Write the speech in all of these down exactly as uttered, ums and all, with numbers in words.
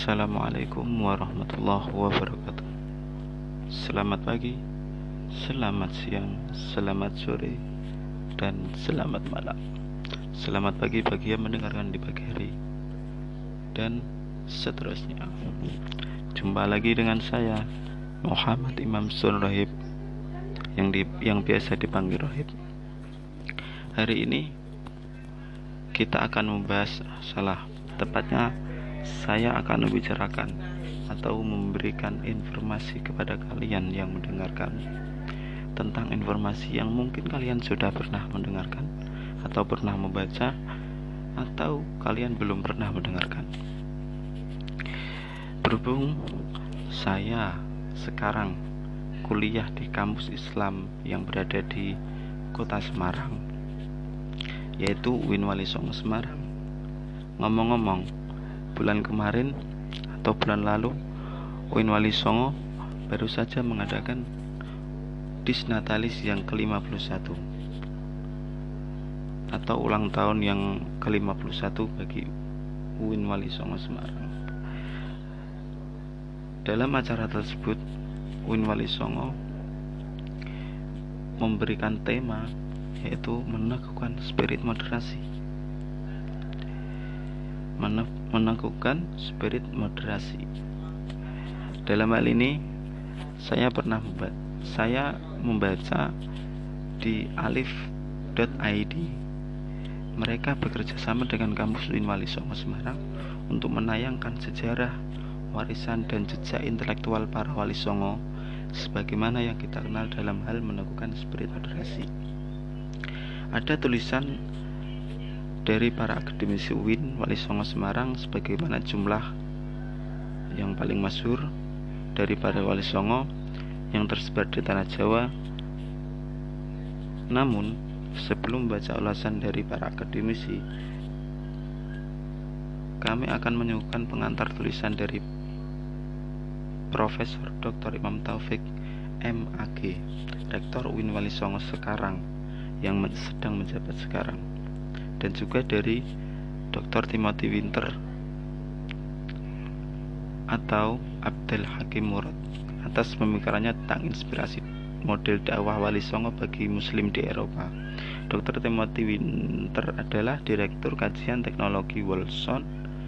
Assalamualaikum warahmatullahi wabarakatuh. Selamat pagi, selamat siang, selamat sore, dan selamat malam. Selamat pagi bagi yang mendengarkan di pagi hari, dan seterusnya. Jumpa lagi dengan saya, Muhammad Imam Sun Rohib, yang, di, yang biasa dipanggil Rohib. Hari ini kita akan membahas, salah tepatnya saya akan membicarakan atau memberikan informasi kepada kalian yang mendengarkan tentang informasi yang mungkin kalian sudah pernah mendengarkan atau pernah membaca atau kalian belum pernah mendengarkan. Berhubung saya sekarang kuliah di kampus Islam yang berada di kota Semarang, yaitu U I N Wali Songo Semarang. Ngomong-ngomong, bulan kemarin atau bulan lalu U I N Wali Songo baru saja mengadakan Disnatalis yang ke lima puluh satu atau ulang tahun yang ke lima puluh satu bagi U I N Wali Songo Semarang. Dalam acara tersebut U I N Wali Songo memberikan tema, yaitu meneguhkan spirit moderasi. Meneguhkan spirit moderasi. Dalam hal ini saya pernah membaca, saya membaca di alif dot i d. Mereka bekerja sama dengan kampus U I N Wali Songo Semarang untuk menayangkan sejarah, warisan dan jejak intelektual para wali songo sebagaimana yang kita kenal dalam hal meneguhkan spirit moderasi. Ada tulisan dari para akademisi U I N Wali Songo Semarang sebagaimana jumlah yang paling masyhur dari para wali songo yang tersebar di tanah Jawa. Namun sebelum membaca ulasan dari para akademisi, kami akan menyuguhkan pengantar tulisan dari Profesor Doktor Imam Taufik M A G, Rektor U I N Wali Songo sekarang yang sedang menjabat sekarang, dan juga dari Doktor Timothy Winter atau Abdul Hakim Murad atas pemikirannya tentang inspirasi model dakwah wali songo bagi muslim di Eropa. Doktor Timothy Winter adalah Direktur Kajian Teknologi Wolfson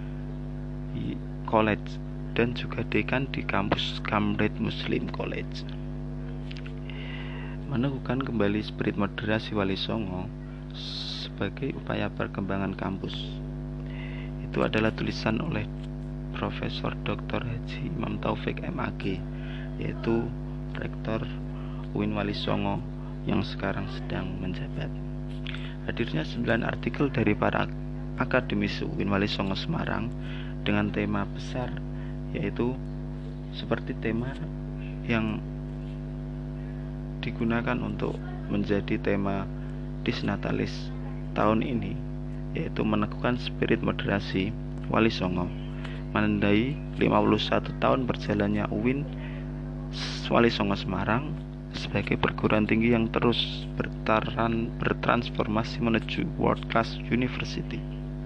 College dan juga dekan di kampus Cambridge Muslim College. Meneguhkan kembali spirit moderasi wali songo sebagai upaya perkembangan kampus. Itu adalah tulisan oleh Profesor Doktor Haji Imam Taufik M A G, yaitu Rektor U I N Wali Songo yang sekarang sedang menjabat. Hadirnya sembilan artikel dari para akademisi U I N Wali Songo Semarang dengan tema besar, yaitu seperti tema yang digunakan untuk menjadi tema Disnatalis tahun ini, yaitu meneguhkan spirit moderasi wali songo menandai lima puluh satu tahun berjalannya U I N Wali Songo Semarang sebagai perguruan tinggi yang terus bertaran, bertransformasi menuju world class university.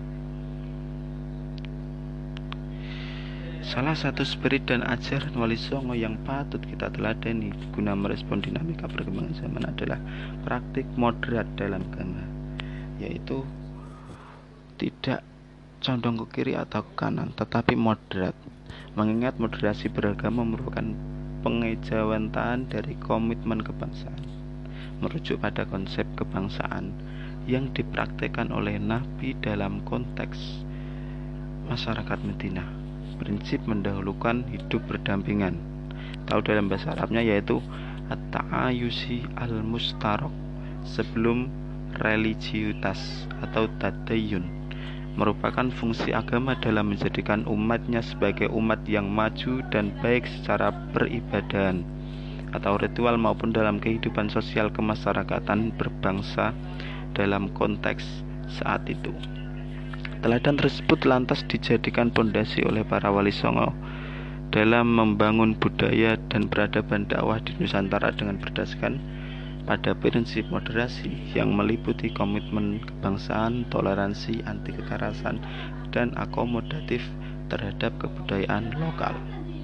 Salah satu spirit dan ajaran wali songo yang patut kita teladani guna merespon dinamika perkembangan zaman adalah praktik moderat dalam agama, yaitu tidak condong ke kiri atau ke kanan, tetapi moderat. Mengingat moderasi beragama merupakan pengejawantahan dari komitmen kebangsaan, merujuk pada konsep kebangsaan yang dipraktikkan oleh Nabi dalam konteks masyarakat Madinah. Prinsip mendahulukan hidup berdampingan, tahu dalam bahasa Arabnya yaitu at-ta'ayusi al-mustarok sebelum religiutas atau tadayun, merupakan fungsi agama dalam menjadikan umatnya sebagai umat yang maju dan baik secara peribadahan atau ritual maupun dalam kehidupan sosial kemasyarakatan berbangsa dalam konteks saat itu. Teladan tersebut lantas dijadikan pondasi oleh para wali songo dalam membangun budaya dan peradaban dakwah di Nusantara dengan berdasarkan pada prinsip moderasi yang meliputi komitmen kebangsaan, toleransi, anti kekerasan, dan akomodatif terhadap kebudayaan lokal.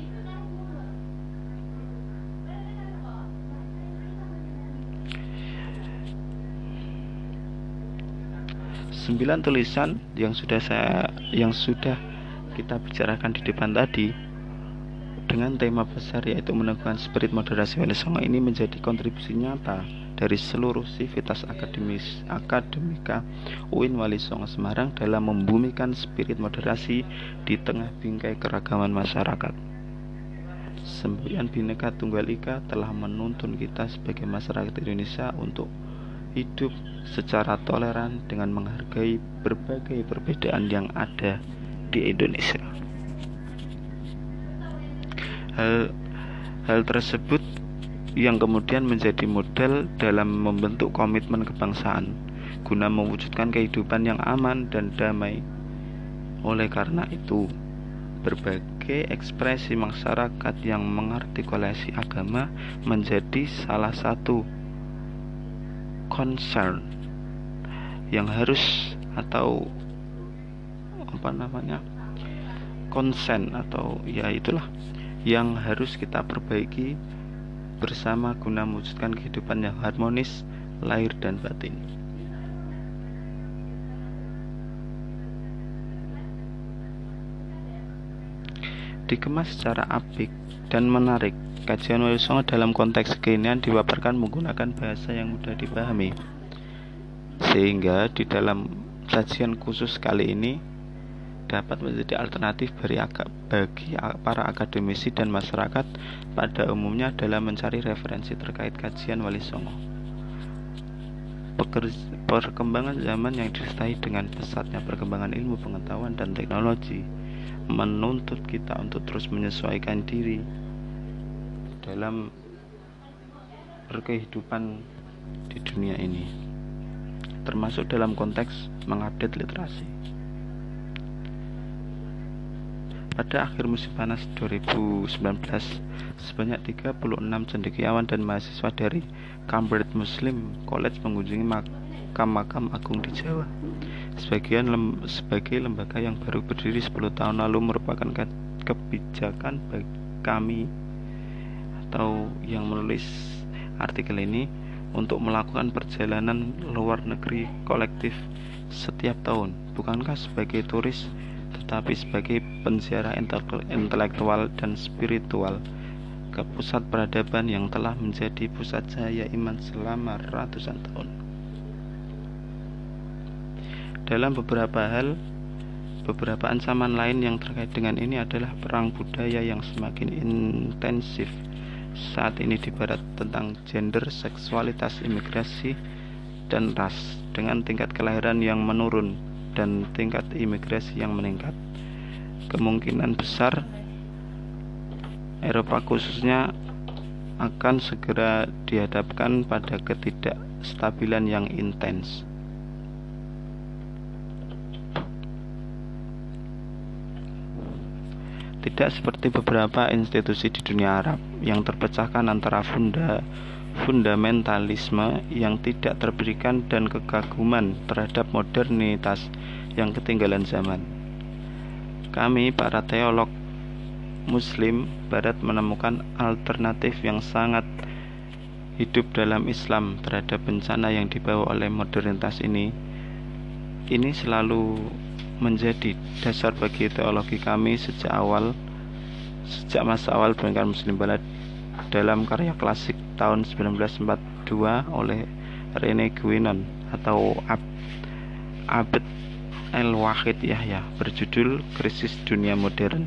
Sembilan tulisan yang sudah saya yang sudah kita bicarakan di depan tadi dengan tema besar yaitu meneguhkan spirit moderasi Wali Songo ini menjadi kontribusi nyata dari seluruh sivitas akademis akademika U I N Wali Songo Semarang dalam membumikan spirit moderasi di tengah bingkai keragaman masyarakat. Semboyan Bhinneka Tunggal Ika telah menuntun kita sebagai masyarakat Indonesia untuk hidup secara toleran dengan menghargai berbagai perbedaan yang ada di Indonesia. Hal, hal tersebut yang kemudian menjadi model dalam membentuk komitmen kebangsaan guna mewujudkan kehidupan yang aman dan damai. Oleh karena itu, berbagai ekspresi masyarakat yang mengartikulasi agama menjadi salah satu concern yang harus atau apa namanya konsen atau ya itulah yang harus kita perbaiki bersama guna mewujudkan kehidupan yang harmonis lahir dan batin. Dikemas secara apik dan menarik, kajian Wali Songo dalam konteks kekinian dipaparkan menggunakan bahasa yang mudah dipahami, sehingga di dalam sajian khusus kali ini dapat menjadi alternatif bagi para akademisi dan masyarakat pada umumnya dalam mencari referensi terkait kajian Wali Songo. Perkembangan zaman yang disertai dengan pesatnya perkembangan ilmu pengetahuan dan teknologi menuntut kita untuk terus menyesuaikan diri dalam berkehidupan di dunia ini, termasuk dalam konteks mengupdate literasi. Pada akhir musim panas dua ribu sembilan belas, sebanyak tiga puluh enam cendekiawan dan mahasiswa dari Cambridge Muslim College mengunjungi makam-makam agung di Jawa. Sebagian lem, sebagai lembaga yang baru berdiri sepuluh tahun lalu merupakan ke, kebijakan bagi kami atau yang menulis artikel ini untuk melakukan perjalanan luar negeri kolektif setiap tahun, bukankah sebagai turis tetapi sebagai penziarah intelektual dan spiritual ke pusat peradaban yang telah menjadi pusat cahaya iman selama ratusan tahun. Dalam beberapa hal, beberapa ancaman lain yang terkait dengan ini adalah perang budaya yang semakin intensif saat ini di barat tentang gender, seksualitas, imigrasi, dan ras dengan tingkat kelahiran yang menurun dan tingkat imigrasi yang meningkat. Kemungkinan besar Eropa khususnya akan segera dihadapkan pada ketidakstabilan yang intens. Tidak seperti beberapa institusi di dunia Arab yang terpecahkan antara funda, fundamentalisme yang tidak terberikan dan kekaguman terhadap modernitas yang ketinggalan zaman. Kami, para teolog Muslim Barat, menemukan alternatif yang sangat hidup dalam Islam terhadap bencana yang dibawa oleh modernitas ini. Ini selalu menjadi dasar bagi teologi kami sejak awal, sejak masa awal Bangkitan Muslim Barat dalam karya klasik tahun sembilan belas empat puluh dua oleh Rene Guénon atau Abd el-Wahid Yahya berjudul Krisis Dunia Modern.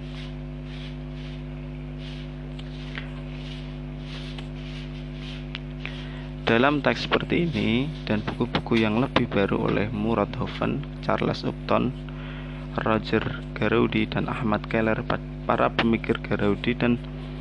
Dalam teks seperti ini dan buku-buku yang lebih baru oleh Murad Hoffen, Charles Upton, Roger Garoudi, dan Ahmad Keller, para pemikir Garoudi dan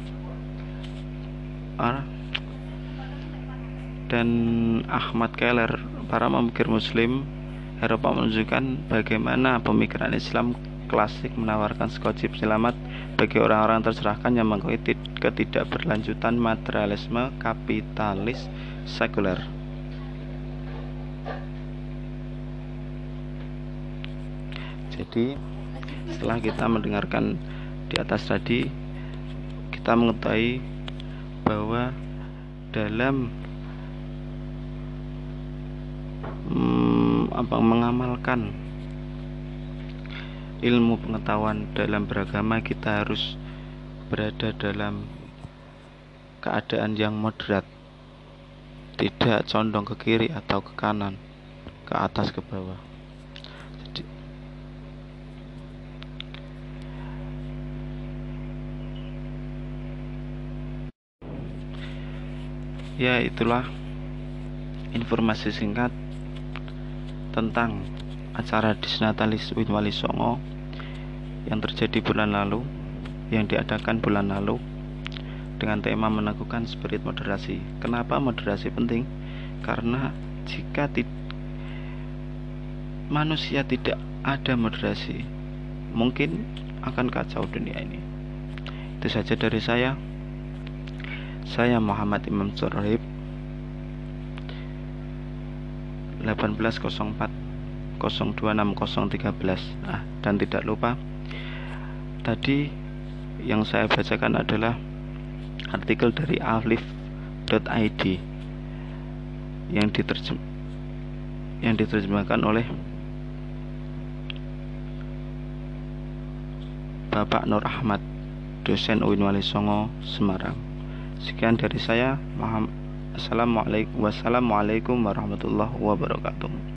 dan Ahmad Keller, para pemikir Muslim Eropa, menunjukkan bagaimana pemikiran Islam klasik menawarkan skoci penyelamat bagi orang-orang tercerahkan yang mengikuti ketidakberlanjutan materialisme kapitalis sekuler. Jadi Setelah kita mendengarkan di atas tadi, kita mengetahui bahwa dalam hmm, apa mengamalkan ilmu pengetahuan dalam beragama, kita harus berada dalam keadaan yang moderat, tidak condong ke kiri atau ke kanan, ke atas ke bawah. Jadi, ya itulah informasi singkat tentang acara Disnatalis Win Wali Songo yang terjadi bulan lalu, yang diadakan bulan lalu dengan tema meneguhkan spirit moderasi. Kenapa moderasi penting? Karena jika ti- manusia tidak ada moderasi, mungkin akan kacau dunia ini. Itu saja dari saya. Saya Muhammad Imam Surahib, delapan belas nol empat nol dua enam nol tiga belas. Ah, dan tidak lupa, tadi yang saya bacakan adalah artikel dari alif dot i d yang diterjem yang diterjemahkan oleh Bapak Nur Ahmad, dosen U I N Wali Songo, Semarang. Sekian dari saya. Assalamualaikum warahmatullahi wabarakatuh.